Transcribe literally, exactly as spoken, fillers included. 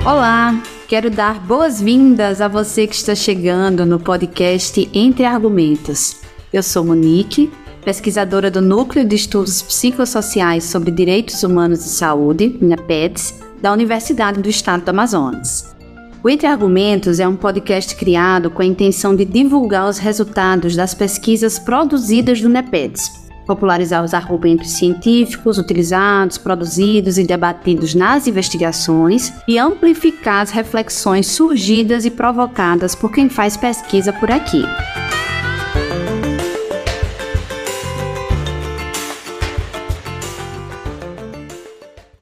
Olá, quero dar boas-vindas a você que está chegando no podcast Entre Argumentos. Eu sou Monique, pesquisadora do Núcleo de Estudos Psicossociais sobre Direitos Humanos e Saúde, NEPEDS, da Universidade do Estado do Amazonas. O Entre Argumentos é um podcast criado com a intenção de divulgar os resultados das pesquisas produzidas do NEPEDS, popularizar os argumentos científicos utilizados, produzidos e debatidos nas investigações e amplificar as reflexões surgidas e provocadas por quem faz pesquisa por aqui.